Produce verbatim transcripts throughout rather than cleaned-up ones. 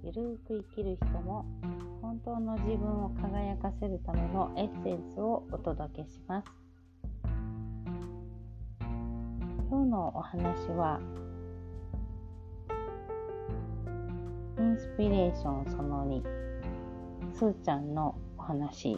ゆるく生きる人も本当の自分を輝かせるためのエッセンスをお届けします。今日のお話はインスピレーションそのに、すーちゃんのお話。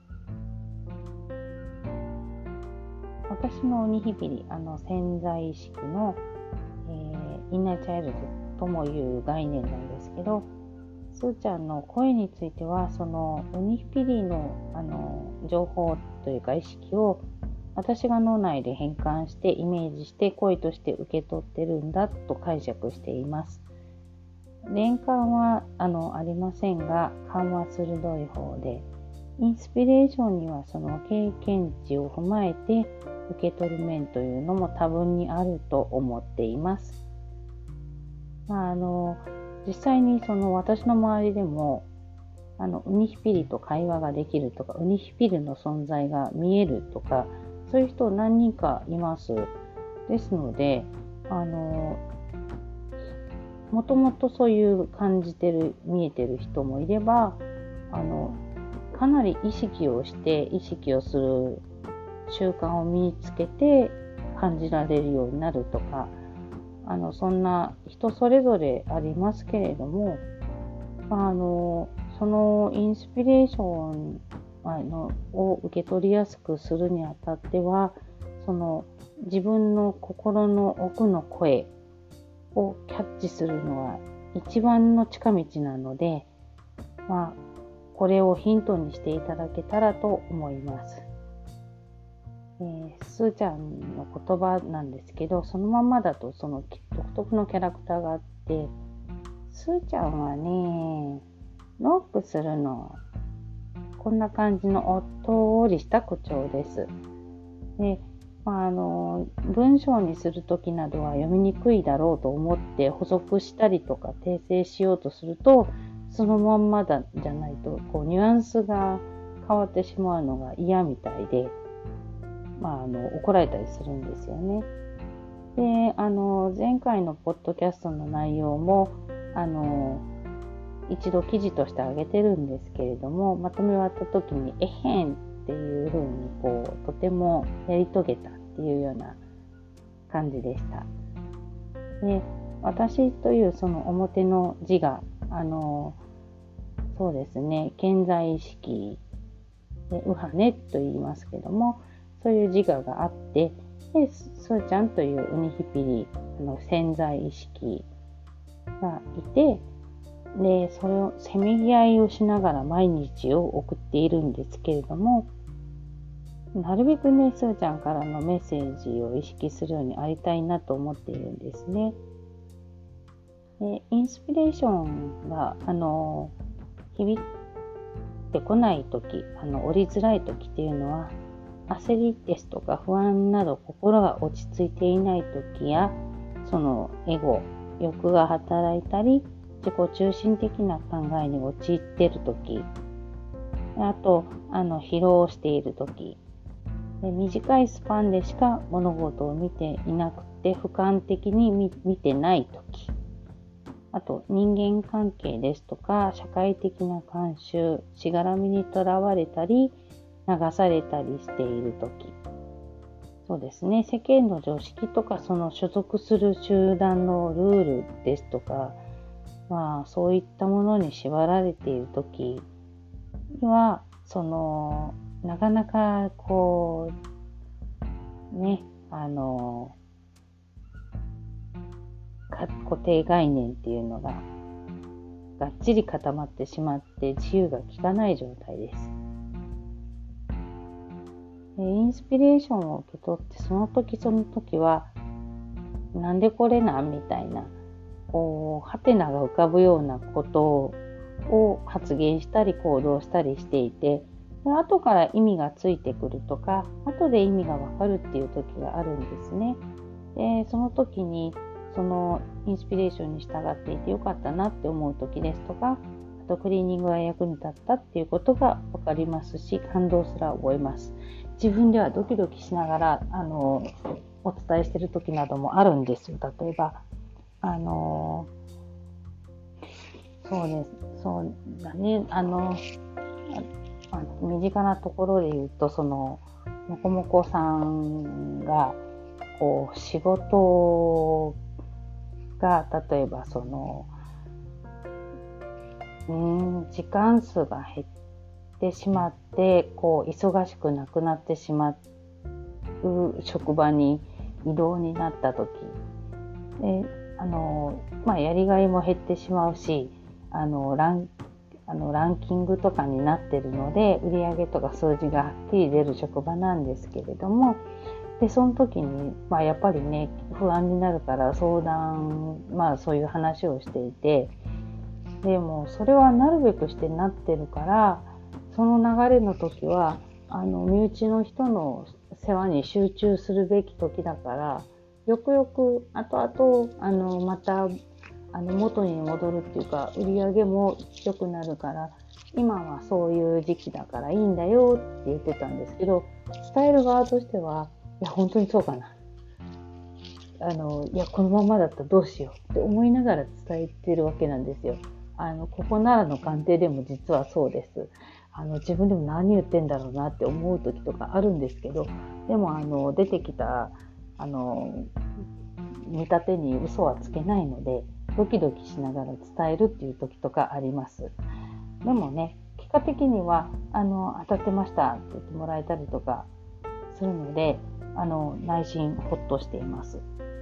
私の鬼ひびり、あの潜在意識の、えー、インナーチャイルドともいう概念なんですけど、すーちゃんの声についてはその鬼ひびりの、あの情報というか意識を私が脳内で変換してイメージして声として受け取ってるんだと解釈しています。連関は あのありませんが、勘は鋭い方で、インスピレーションにはその経験値を踏まえて受け取る面というのも多分にあると思っています。まあ、あの実際にその私の周りでもあのウニヒピリと会話ができるとか、ウニヒピリの存在が見えるとか、そういう人何人かいます。ですので、あのもともとそういう感じてる、見えてる人もいれば、あのかなり意識をして意識をする習慣を身につけて感じられるようになるとか、あのそんな人それぞれありますけれども、あのそのインスピレーションあのを受け取りやすくするにあたっては、その自分の心の奥の声をキャッチするのは一番の近道なので、まあ、これをヒントにしていただけたらと思います。えー、すーちゃんの言葉なんですけど、そのままだとその独特のキャラクターがあって、すーちゃんはね、ノックするのこんな感じのおっとりした口調です。で、まあ、あの文章にするときなどは読みにくいだろうと思って補足したりとか訂正しようとすると、そのまんまだじゃないとこうニュアンスが変わってしまうのが嫌みたいで、まあ、あの怒られたりするんですよね。で、あの前回のポッドキャストの内容もあの一度記事として上げてるんですけれども、まとめ終わった時にえへんっていう風にこうとてもやり遂げたっていうような感じでした。で、私というその表の字があのそうですね、顕在意識でウハネと言いますけども、そういう自我があって、で、すーちゃんというウニヒピリあの潜在意識がいて、で、それをせめぎ合いをしながら毎日を送っているんですけれども、なるべくね、すーちゃんからのメッセージを意識するようにありたいなと思っているんですね。で、インスピレーションがあの響いてこないとき、あの折りづらいときっていうのは、焦りですとか不安など心が落ち着いていないときや、そのエゴ、欲が働いたり、自己中心的な考えに陥っているとき、あとあの疲労しているとき、短いスパンでしか物事を見ていなくて俯瞰的に 見, 見てないとき、あと人間関係ですとか社会的な慣習、しがらみにとらわれたり流されたりしているとき、そうですね、世間の常識とかその所属する集団のルールですとか、まあそういったものに縛られているときには、そのなかなかこうね、あの固定概念っていうのががっちり固まってしまって自由が利かない状態です。で、インスピレーションを受け取ってその時その時はなんでこれなんみたいな、こうハテナが浮かぶようなことを発言したり行動したりしていて、で、後から意味がついてくるとか、後で意味がわかるっていう時があるんですね。で、その時にそのインスピレーションに従っていてよかったなって思う時ですとか、あとクリーニングが役に立ったっていうことがわかりますし、感動すら覚えます。自分ではドキドキしながらあのお伝えしている時などもあるんですよ。例えばあのそうです。そうだね。あの、ああ身近なところで言うと、その、もこもこさんが、こう、仕事が、例えばその、うーん、時間数が減ってしまって、こう、忙しくなくなってしまう職場に移動になった時で、あの、まあ、やりがいも減ってしまうし、あの、ランあのランキングとかになってるので、売上とか数字がはっきり出る職場なんですけれども、でその時に、まあ、やっぱりね、不安になるから相談、まあそういう話をしていて、でもそれはなるべくしてなってるから、その流れの時はあの身内の人の世話に集中するべき時だから、よくよく後々あのまたあの元に戻るっていうか、売り上げも良くなるから、今はそういう時期だからいいんだよって言ってたんですけど、伝える側としては、いや本当にそうかな、あのいやこのままだったらどうしようって思いながら伝えてるわけなんですよ。あのここならの鑑定でも実はそうです。あの自分でも何言ってんだろうなって思う時とかあるんですけど、でもあの出てきたあの見立てに嘘はつけないので、ドキドキしながら伝えるっていう時とかあります。でもね、結果的にはあの当たってましたって言ってもらえたりとかするので、あの内心ほっとしています。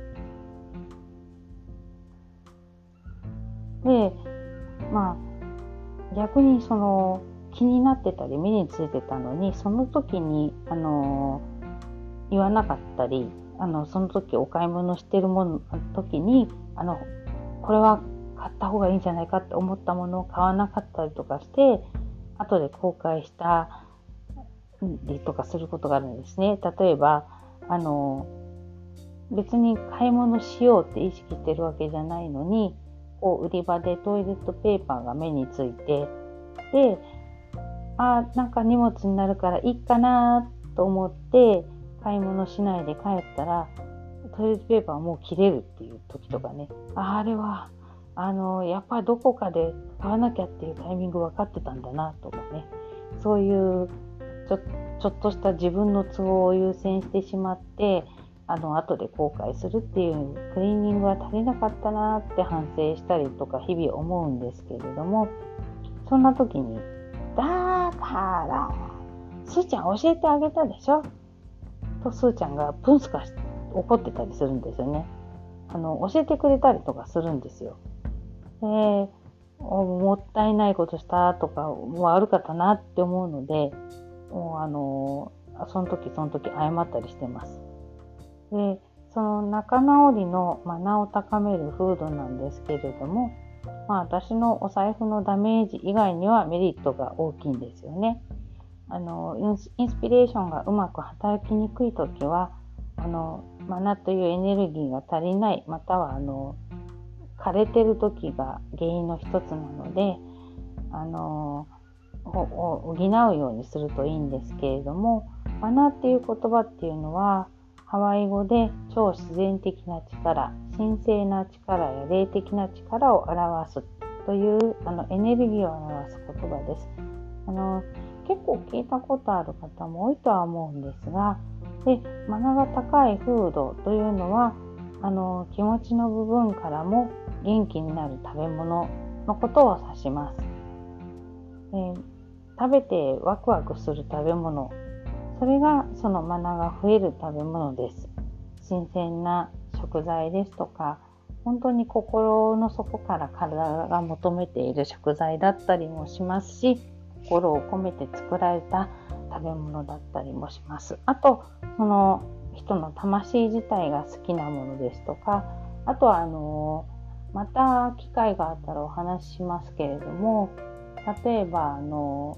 で、まあ逆にその気になってたり目についてたのに、その時にあの言わなかったり、あのその時お買い物してるもの時にあのこれは買った方がいいんじゃないかって思ったものを買わなかったりとかして、後で後悔したりとかすることがあるんですね。例えばあの別に買い物しようって意識してるわけじゃないのに、こう売り場でトイレットペーパーが目について、で、あ、なんか荷物になるからいいかなと思って買い物しないで帰ったら、トイレットペーパーはもう切れるっていう時とかね、あ、あれはあのやっぱりどこかで買わなきゃっていうタイミング分かってたんだなとかね、そういうちょ、ちょっとした自分の都合を優先してしまって、あの後で後悔するっていうクリーニングが足りなかったなって反省したりとか日々思うんですけれども、そんな時に、だからすーちゃん教えてあげたでしょとすーちゃんがプンスカして怒ってたりするんですよね。あの教えてくれたりとかするんですよ。で、もったいないことしたとか悪かったなって思うので、もうあのその時その時謝ったりしてます。で、その仲直りの、まあ、名を高める風土なんですけれども、まあ、私のお財布のダメージ以外にはメリットが大きいんですよね。あのインスピレーションがうまく働きにくいときは、あのマナというエネルギーが足りない、またはあの枯れてる時が原因の一つなので、あの補うようにするといいんですけれども、マナっていう言葉っていうのはハワイ語で超自然的な力、神聖な力や霊的な力を表すというあのエネルギーを表す言葉です。あの結構聞いたことある方も多いとは思うんですが、でマナが高いフードというのはあの気持ちの部分からも元気になる食べ物のことを指します。えー、食べてワクワクする食べ物、それがそのマナが増える食べ物です。新鮮な食材ですとか、本当に心の底から体が求めている食材だったりもしますし、心を込めて作られた食べ物だったりもします。あとその人の魂自体が好きなものですとか、あとはあのまた機会があったらお話ししますけれども、例えばあの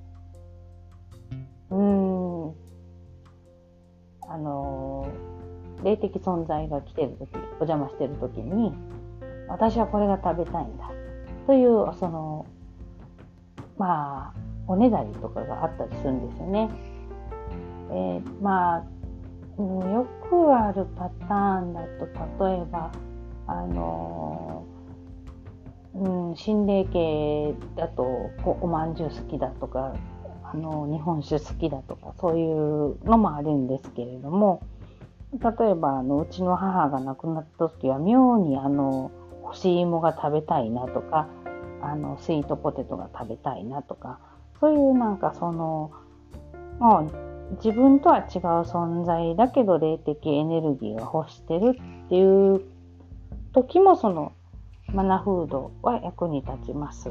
うーんあの霊的存在が来てる時、お邪魔してる時に、私はこれが食べたいんだというそのまあおねだりとかがあったりするんですよね。えー、まあ、うん、よくあるパターンだと、例えばあのうん、心霊系だとこうおまんじゅう好きだとか、あの日本酒好きだとか、そういうのもあるんですけれども、例えばあのうちの母が亡くなった時は妙にあの干し芋が食べたいなとか、あのスイートポテトが食べたいなとか、そういうなんかそのもう自分とは違う存在だけど霊的エネルギーが欲してるっていう時も、そのマナフードは役に立ちます。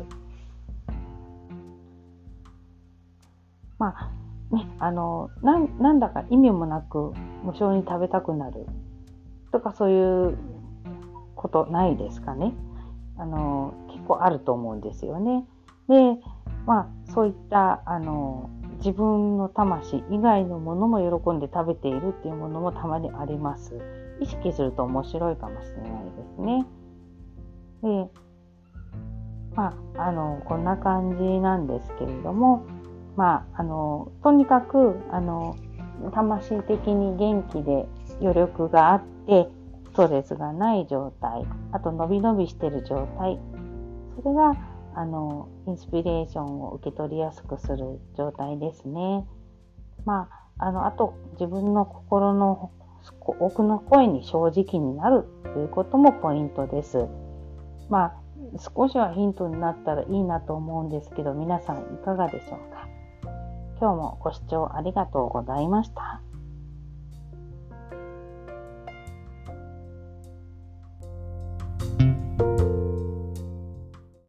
まあね、あの な, なんだか意味もなく無性に食べたくなるとか、そういうことないですかね。あの結構あると思うんですよね。で、まあそういったあの自分の魂以外のものも喜んで食べているっていうものもたまにあります。意識すると面白いかもしれないですね。で、まあ、あのこんな感じなんですけれども、まあ、あのとにかくあの魂的に元気で余力があってストレスがない状態、あと伸び伸びしている状態、それがあのインスピレーションを受け取りやすくする状態ですね。まあ、あのあと自分の心の奥の声に正直になるということもポイントです。まあ少しはヒントになったらいいなと思うんですけど、皆さんいかがでしょうか。今日もご視聴ありがとうございました。